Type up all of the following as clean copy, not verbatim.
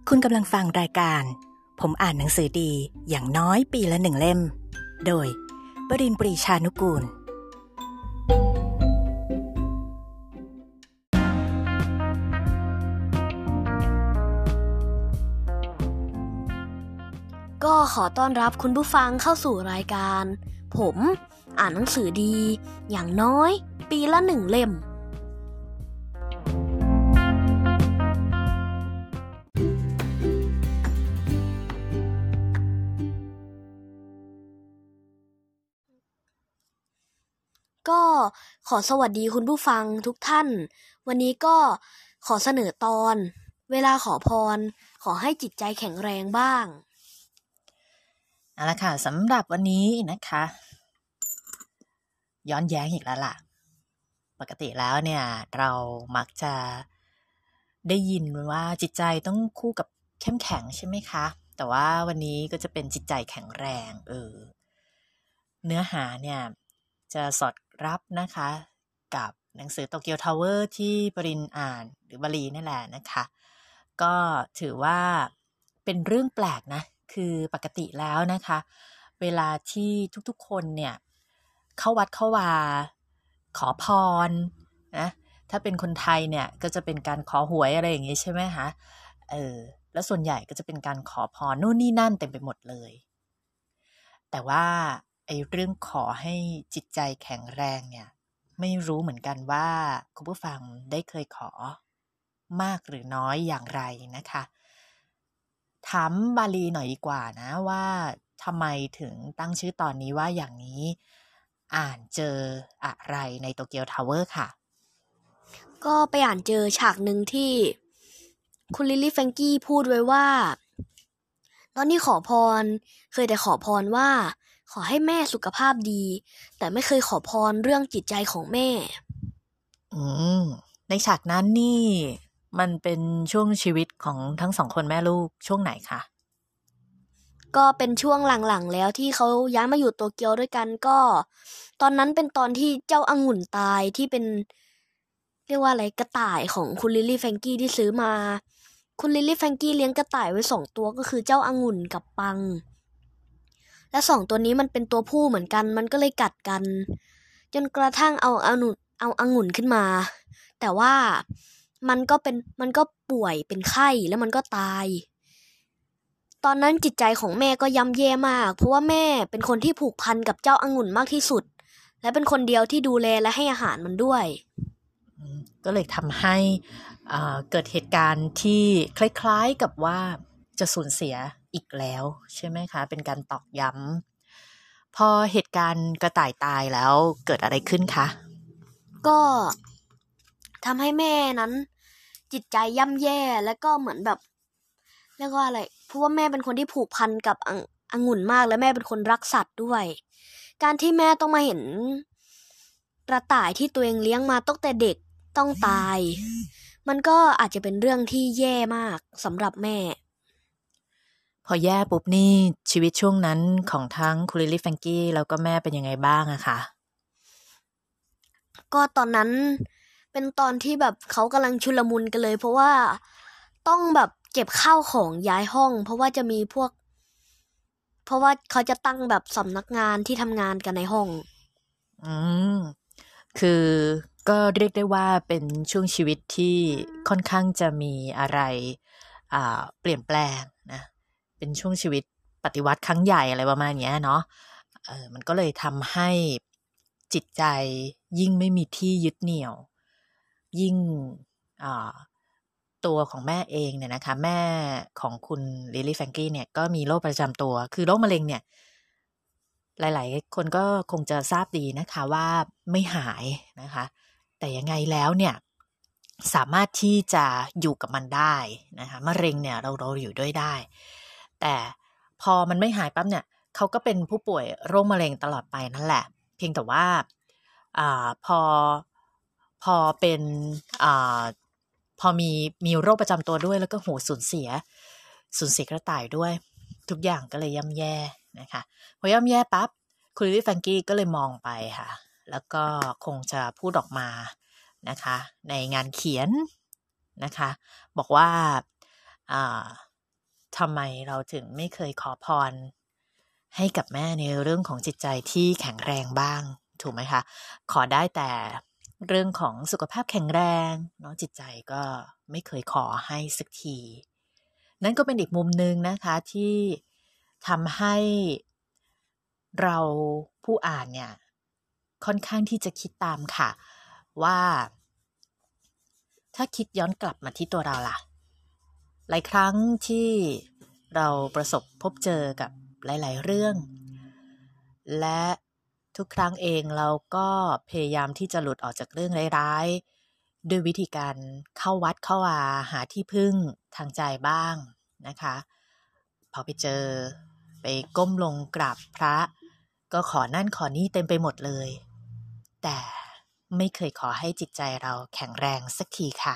คุณกำลังฟังรายการผมอ่านหนังสือดีอย่างน้อยปีละ1 เล่มโดยบดินทร์ ปรีชานุกูลก็ขอต้อนรับคุณผู้ฟังเข้าสู่รายการผมอ่านหนังสือดีอย่างน้อยปีละ1 เล่มก็ขอสวัสดีคุณผู้ฟังทุกท่านวันนี้ก็ขอเสนอตอนเวลาขอพรขอให้จิตใจแข็งแรงบ้างเอาละค่ะสำหรับวันนี้นะคะย้อนแย้งอีกแล้วล่ะปกติแล้วเนี่ยเรามักจะได้ยินว่าจิตใจต้องคู่กับเข้มแข็งใช่ไหมคะแต่ว่าวันนี้ก็จะเป็นจิตใจแข็งแรงเนื้อหาเนี่ยจะสอดรับนะคะกับหนังสือโตเกียวทาวเวอร์ที่ปรินอ่านหรือบาลีนั่นแหละนะคะก็ถือว่าเป็นเรื่องแปลกนะคือปกติแล้วนะคะเวลาที่ทุกๆคนเนี่ยเข้าวัดเข้าวาขอพรนะถ้าเป็นคนไทยเนี่ยก็จะเป็นการขอหวยอะไรอย่างงี้ใช่ไหมคะแล้วส่วนใหญ่ก็จะเป็นการขอพรนู่นนี่นั่นเต็มไปหมดเลยแต่ว่าไอ้เรื่องขอให้จิตใจแข็งแรงเนี่ยไม่รู้เหมือนกันว่าคุณผู้ฟังได้เคยขอมากหรือน้อยอย่างไรนะคะถามบาลีหน่อยดีกว่านะว่าทำไมถึงตั้งชื่อตอนนี้ว่าอย่างนี้อ่านเจออะไรในโตเกียวทาวเวอร์ค่ะก็ไปอ่านเจอฉากหนึ่งที่คุณลิลลี่แฟรงกี้พูดไว้ว่าตอนที่ขอพรเคยแต่ขอพรว่าขอให้แม่สุขภาพดีแต่ไม่เคยขอพรเรื่องจิตใจของแม่ในฉากนั้นนี่มันเป็นช่วงชีวิตของทั้งสองคนแม่ลูกช่วงไหนคะก็เป็นช่วงหลังๆแล้วที่เขาย้ายมาอยู่โตเกียวด้วยกันก็ตอนนั้นเป็นตอนที่เจ้าองุ่นตายที่เป็นเรียกว่าอะไรกระต่ายของคุณลิลลี่แฟรงกี้ที่ซื้อมาคุณลิลลี่แฟรงกี้เลี้ยงกระต่ายไว้2 ตัวก็คือเจ้าองุ่นกับปังและ2 ตัวนี้มันเป็นตัวผู้เหมือนกันมันก็เลยกัดกันจนกระทั่งเอาองุ่นขึ้นมาแต่ว่ามันก็ป่วยเป็นไข้แล้วมันก็ตายตอนนั้นจิตใจของแม่ก็ย่ำแย่มากเพราะว่าแม่เป็นคนที่ผูกพันกับเจ้าองุ่นมากที่สุดและเป็นคนเดียวที่ดูแลและให้อาหารมันด้วยก็เลยทำให้เกิดเหตุการณ์ที่คล้ายๆกับว่าจะสูญเสียอีกแล้วใช่ไหมคะเป็นการตอกย้ำพอเหตุการณ์กระต่ายตายแล้วเกิดอะไรขึ้นคะก็ทำให้แม่นั้นจิตใจย่ำแย่และก็เหมือนแบบเรียกว่าอะไรเพราะว่าแม่เป็นคนที่ผูกพันกับองุ่นมากและแม่เป็นคนรักสัตว์ด้วยการที่แม่ต้องมาเห็นกระต่ายที่ตัวเองเลี้ยงมาตั้งแต่เด็กต้องตายมันก็อาจจะเป็นเรื่องที่แย่มากสำหรับแม่พอแย่ปุ๊บนี่ชีวิตช่วงนั้นของทั้งคุณลิลลี่แฟรงกี้แล้วก็แม่เป็นยังไงบ้างอะคะก็ตอนนั้นเป็นตอนที่แบบเขากำลังชุลมุนกันเลยเพราะว่าต้องแบบเก็บข้าวของย้ายห้องเพราะว่าเขาจะตั้งแบบสำนักงานที่ทำงานกันในห้องคือก็เรียกได้ว่าเป็นช่วงชีวิตที่ค่อนข้างจะมีอะไรเปลี่ยนแปลงนะเป็นช่วงชีวิตปฏิวัติครั้งใหญ่อะไรประมาณนี้เนาะมันก็เลยทำให้จิตใจยิ่งไม่มีที่ยึดเหนี่ยวยิ่งตัวของแม่เองเนี่ยนะคะแม่ของคุณลิลลี่แฟรงกี้เนี่ยก็มีโรคประจำตัวคือโรคมะเร็งเนี่ยหลายๆคนก็คงจะทราบดีนะคะว่าไม่หายนะคะแต่ยังไงแล้วเนี่ยสามารถที่จะอยู่กับมันได้นะคะมะเร็งเนี่ยเราอยู่ด้วยได้แต่พอมันไม่หายปั๊บเนี่ยเขาก็เป็นผู้ป่วยโรคมะเร็งตลอดไปนั่นแหละเพียงแต่ว่าพอเป็นพอมีโรคประจำตัวด้วยแล้วก็สูญเสียกระต่ายด้วยทุกอย่างก็เลยย่ำแย่นะคะพอย่ำแย่ปั๊บคุณลิลลี่แฟรงกี้ก็เลยมองไปค่ะแล้วก็คงจะพูดออกมานะคะในงานเขียนนะคะบอกว่าทำไมเราถึงไม่เคยขอพรให้กับแม่ในเรื่องของจิตใจที่แข็งแรงบ้างถูกไหมคะขอได้แต่เรื่องของสุขภาพแข็งแรงเนาะจิตใจก็ไม่เคยขอให้สักทีนั่นก็เป็นอีกมุมนึงนะคะที่ทำให้เราผู้อ่านเนี่ยค่อนข้างที่จะคิดตามค่ะว่าถ้าคิดย้อนกลับมาที่ตัวเราล่ะหลายครั้งที่เราประสบพบเจอกับหลายๆเรื่องและทุกครั้งเองเราก็พยายามที่จะหลุดออกจากเรื่องร้ายๆด้วยวิธีการเข้าวัดเข้าวาหาที่พึ่งทางใจบ้างนะคะพอไปเจอไปก้มลงกราบพระก็ขอนั่นขอนี่เต็มไปหมดเลยแต่ไม่เคยขอให้จิตใจเราแข็งแรงสักทีค่ะ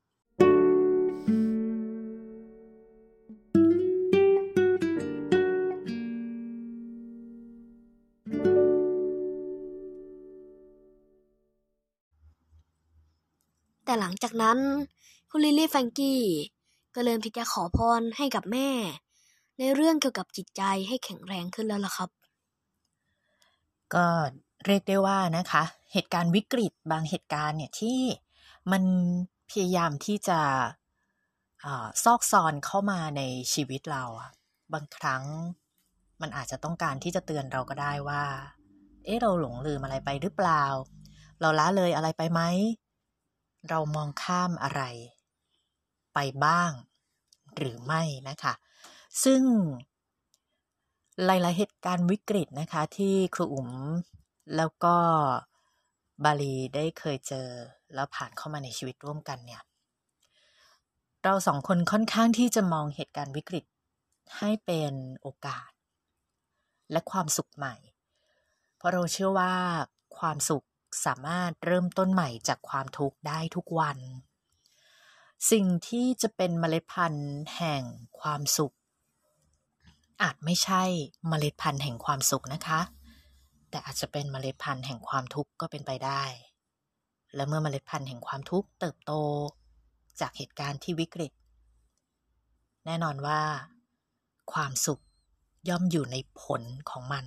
แต่หลังจากนั้นคุณลิลลี่แฟรงกี้ก็เริ่มที่จะขอพรให้กับแม่ในเรื่องเกี่ยวกับจิตใจให้แข็งแรงขึ้นแล้วล่ะครับก็เรียกได้ว่านะคะเหตุการณ์วิกฤตบางเหตุการณ์เนี่ยที่มันพยายามที่จะซอกซอนเข้ามาในชีวิตเราบางครั้งมันอาจจะต้องการที่จะเตือนเราก็ได้ว่าเราหลงลืมอะไรไปหรือเปล่าเราละเลยอะไรไปไหมเรามองข้ามอะไรไปบ้างหรือไม่นะคะซึ่งหลายๆเหตุการณ์วิกฤตนะคะที่ครูอุ๋มแล้วก็บาลีได้เคยเจอแล้วผ่านเข้ามาในชีวิตร่วมกันเนี่ยเราสองคนค่อนข้างที่จะมองเหตุการณ์วิกฤตให้เป็นโอกาสและความสุขใหม่เพราะเราเชื่อว่าความสุขสามารถเริ่มต้นใหม่จากความทุกข์ได้ทุกวันสิ่งที่จะเป็นเมล็ดพันธุ์แห่งความสุขอาจไม่ใช่เมล็ดพันธุ์แห่งความสุขนะคะแต่อาจจะเป็นเมล็ดพันธุ์แห่งความทุกข์ก็เป็นไปได้และเมื่อเมล็ดพันธุ์แห่งความทุกข์เติบโตจากเหตุการณ์ที่วิกฤตแน่นอนว่าความสุขย่อมอยู่ในผลของมัน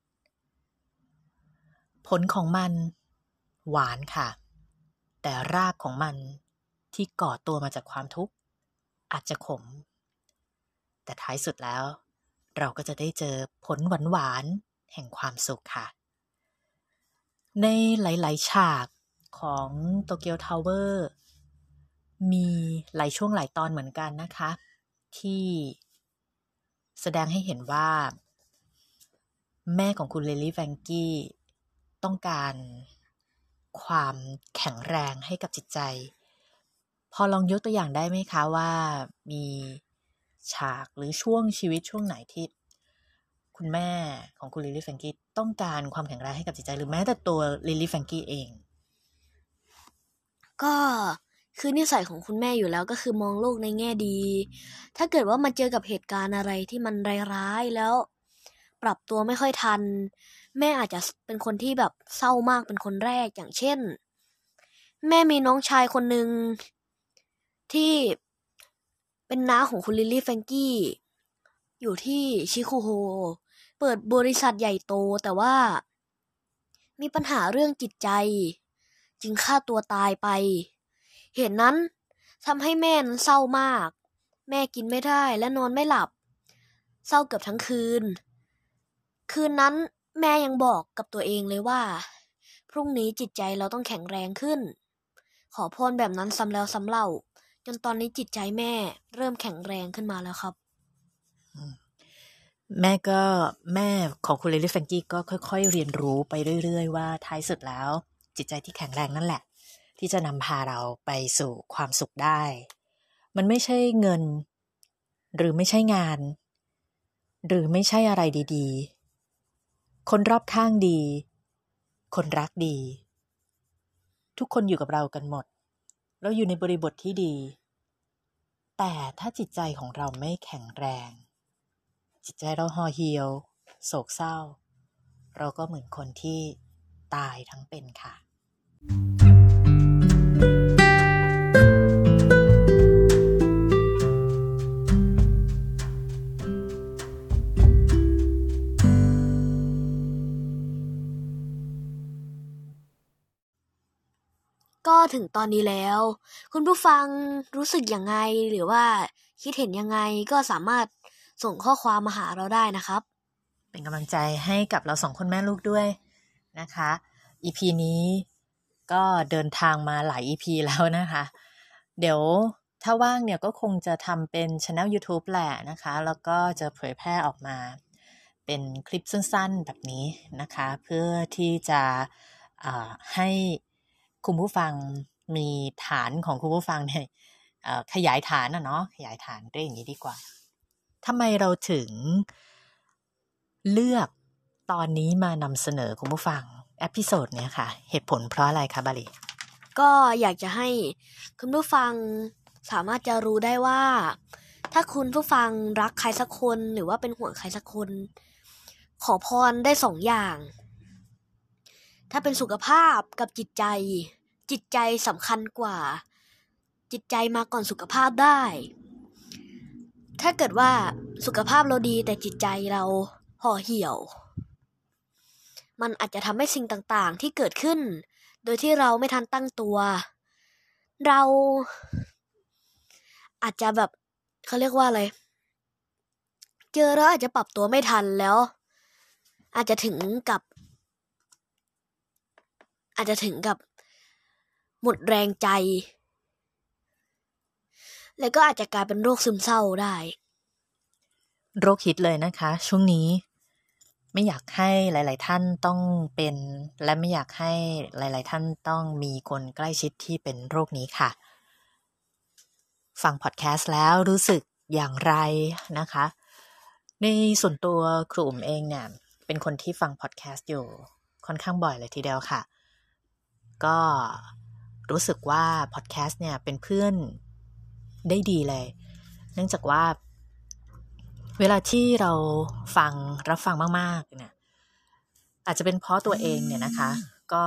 ผลของมันหวานค่ะแต่รากของมันที่ก่อตัวมาจากความทุกข์อาจจะขมแต่ท้ายสุดแล้วเราก็จะได้เจอผลหวานๆแห่งความสุขค่ะในหลายๆฉากของโตเกียวทาวเวอร์มีหลายช่วงหลายตอนเหมือนกันนะคะที่แสดงให้เห็นว่าแม่ของคุณลิลลี่แฟรงกี้ต้องการความแข็งแรงให้กับจิตใจพอลองยกตัวอย่างได้ไหมคะว่ามีฉากหรือช่วงชีวิตช่วงไหนที่คุณแม่ของคุณลิลลี่แฟรงกี้ต้องการความแข็งแรงให้กับจิตใจหรือแม้แต่ตัวลิลลี่แฟรงกี้เองก็คือนิสัยของคุณแม่อยู่แล้วก็คือมองโลกในแง่ดีถ้าเกิดว่ามาเจอกับเหตุการณ์อะไรที่มันร้ายๆแล้วปรับตัวไม่ค่อยทันแม่อาจจะเป็นคนที่แบบเศร้ามากเป็นคนแรกอย่างเช่นแม่มีน้องชายคนหนึ่งที่เป็นน้าของคุณลิลลี่แฟรงกี้อยู่ที่ชิคุโฮเปิดบริษัทใหญ่โตแต่ว่ามีปัญหาเรื่องจิตใจจึงฆ่าตัวตายไปเหตุนั้นทำให้แม่นั้นเศร้ามากแม่กินไม่ได้และนอนไม่หลับเศร้าเกือบทั้งคืนนั้นแม่ยังบอกกับตัวเองเลยว่าพรุ่งนี้จิตใจเราต้องแข็งแรงขึ้นขอพรแบบนั้นซ้ำแล้วซ้ำเล่าจนตอนนี้จิตใจแม่เริ่มแข็งแรงขึ้นมาแล้วครับแม่ของคุณลิลลี่แฟรงกี้ก็ค่อยๆเรียนรู้ไปเรื่อยๆว่าท้ายสุดแล้วจิตใจที่แข็งแรงนั่นแหละที่จะนำพาเราไปสู่ความสุขได้มันไม่ใช่เงินหรือไม่ใช่งานหรือไม่ใช่อะไรดีๆคนรอบข้างดีคนรักดีทุกคนอยู่กับเรากันหมดเราอยู่ในบริบทที่ดีแต่ถ้าจิตใจของเราไม่แข็งแรงจิตใจเราห่อเหี่ยวโศกเศร้าเราก็เหมือนคนที่ตายทั้งเป็นค่ะถึงตอนนี้แล้วคุณผู้ฟังรู้สึกยังไงหรือว่าคิดเห็นยังไงก็สามารถส่งข้อความมาหาเราได้นะครับเป็นกำลังใจให้กับเรา2 คนแม่ลูกด้วยนะคะ EP นี้ก็เดินทางมาหลาย EP แล้วนะคะเดี๋ยวถ้าว่างเนี่ยก็คงจะทำเป็น Channel YouTube แหละนะคะแล้วก็จะเผยแพร่ออกมาเป็นคลิปสั้นๆแบบนี้นะคะเพื่อที่จะให้คุณผู้ฟังมีฐานของคุณผู้ฟังเนี่ยขยายฐานเนาะขยายฐานเรื่องอย่างนี้ดีกว่าทำไมเราถึงเลือกตอนนี้มานำเสนอคุณผู้ฟังเอพิโซดเนี้ยค่ะเหตุผลเพราะอะไรคะบาลีก็อยากจะให้คุณผู้ฟังสามารถจะรู้ได้ว่าถ้าคุณผู้ฟังรักใครสักคนหรือว่าเป็นห่วงใครสักคนขอพรได้2 อย่างถ้าเป็นสุขภาพกับจิตใจสำคัญกว่าจิตใจมาก่อนสุขภาพได้ถ้าเกิดว่าสุขภาพเราดีแต่จิตใจเราห่อเหี่ยวมันอาจจะทำให้สิ่งต่างๆที่เกิดขึ้นโดยที่เราไม่ทันตั้งตัวเราอาจจะแบบเขาเรียกว่าอะไรเจอแล้วอาจจะปรับตัวไม่ทันแล้วอาจจะถึงกับหมดแรงใจแล้วก็อาจจะกลายเป็นโรคซึมเศร้าได้โรคฮิตเลยนะคะช่วงนี้ไม่อยากให้หลายๆท่านต้องเป็นและไม่อยากให้หลายๆท่านต้องมีคนใกล้ชิดที่เป็นโรคนี้ค่ะฟังพอดแคสต์แล้วรู้สึกอย่างไรนะคะในส่วนตัวครูอุ๋มเองเนี่ยเป็นคนที่ฟังพอดแคสต์อยู่ค่อนข้างบ่อยเลยทีเดียวค่ะก็รู้สึกว่าพอดแคสต์เนี่ยเป็นเพื่อนได้ดีเลยเนื่องจากว่าเวลาที่เรารับฟังมากๆเนี่ยอาจจะเป็นเพราะตัวเองเนี่ยนะคะก็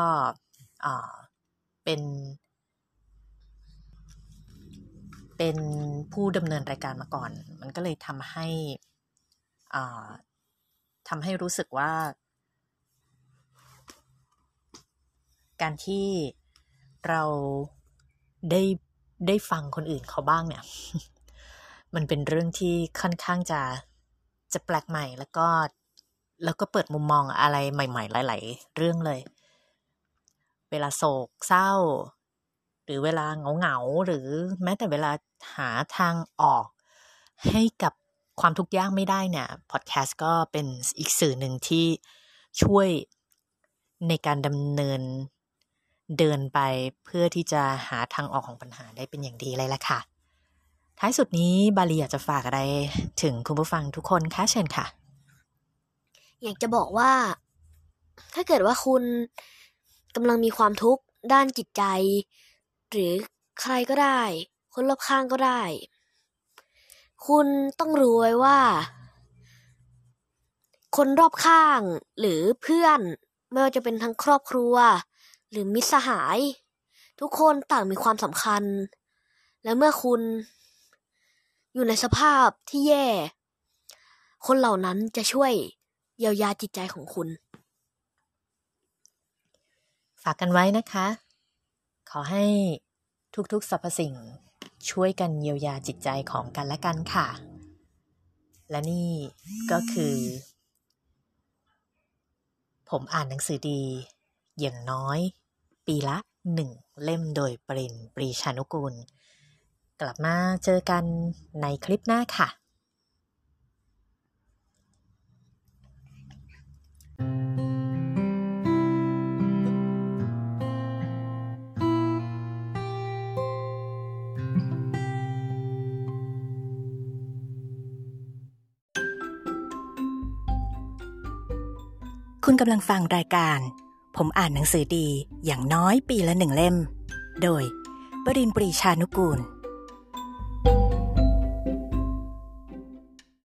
เป็นผู้ดำเนินรายการมาก่อนมันก็เลยทำให้รู้สึกว่าการที่เราได้ฟังคนอื่นเขาบ้างเนี่ยมันเป็นเรื่องที่ค่อนข้างจะแปลกใหม่แล้วก็เปิดมุมมองอะไรใหม่ๆหลายๆเรื่องเลยเวลาโศกเศร้าหรือเวลาเหงาหรือแม้แต่เวลาหาทางออกให้กับความทุกข์ยากไม่ได้เนี่ยพอดแคสต์ก็เป็นอีกสื่อหนึ่งที่ช่วยในการดำเนินเดินไปเพื่อที่จะหาทางออกของปัญหาได้เป็นอย่างดีเลยล่ะค่ะท้ายสุดนี้บาลีอยากจะฝากอะไรถึงคุณผู้ฟังทุกคนคะเชิญค่ะอยากจะบอกว่าถ้าเกิดว่าคุณกำลังมีความทุกข์ด้านจิตใจหรือใครก็ได้คนรอบข้างก็ได้คุณต้องรู้ไว้ว่าคนรอบข้างหรือเพื่อนไม่ว่าจะเป็นทั้งครอบครัวหรือมิตรสหายทุกคนต่างมีความสำคัญและเมื่อคุณอยู่ในสภาพที่แย่คนเหล่านั้นจะช่วยเยียวยาจิตใจของคุณฝากกันไว้นะคะขอให้ทุกๆสรรพสิ่งช่วยกันเยียวยาจิตใจของกันและกันค่ะและนี่ก็คือผมอ่านหนังสือดีอย่างน้อยปีละ1 เล่มโดยปริญ ปรีชานุกูลกลับมาเจอกันในคลิปหน้าค่ะคุณกำลังฟังรายการผมอ่านหนังสือดีอย่างน้อยปีละ1 เล่มโดยปริญ ปรีชานุกูล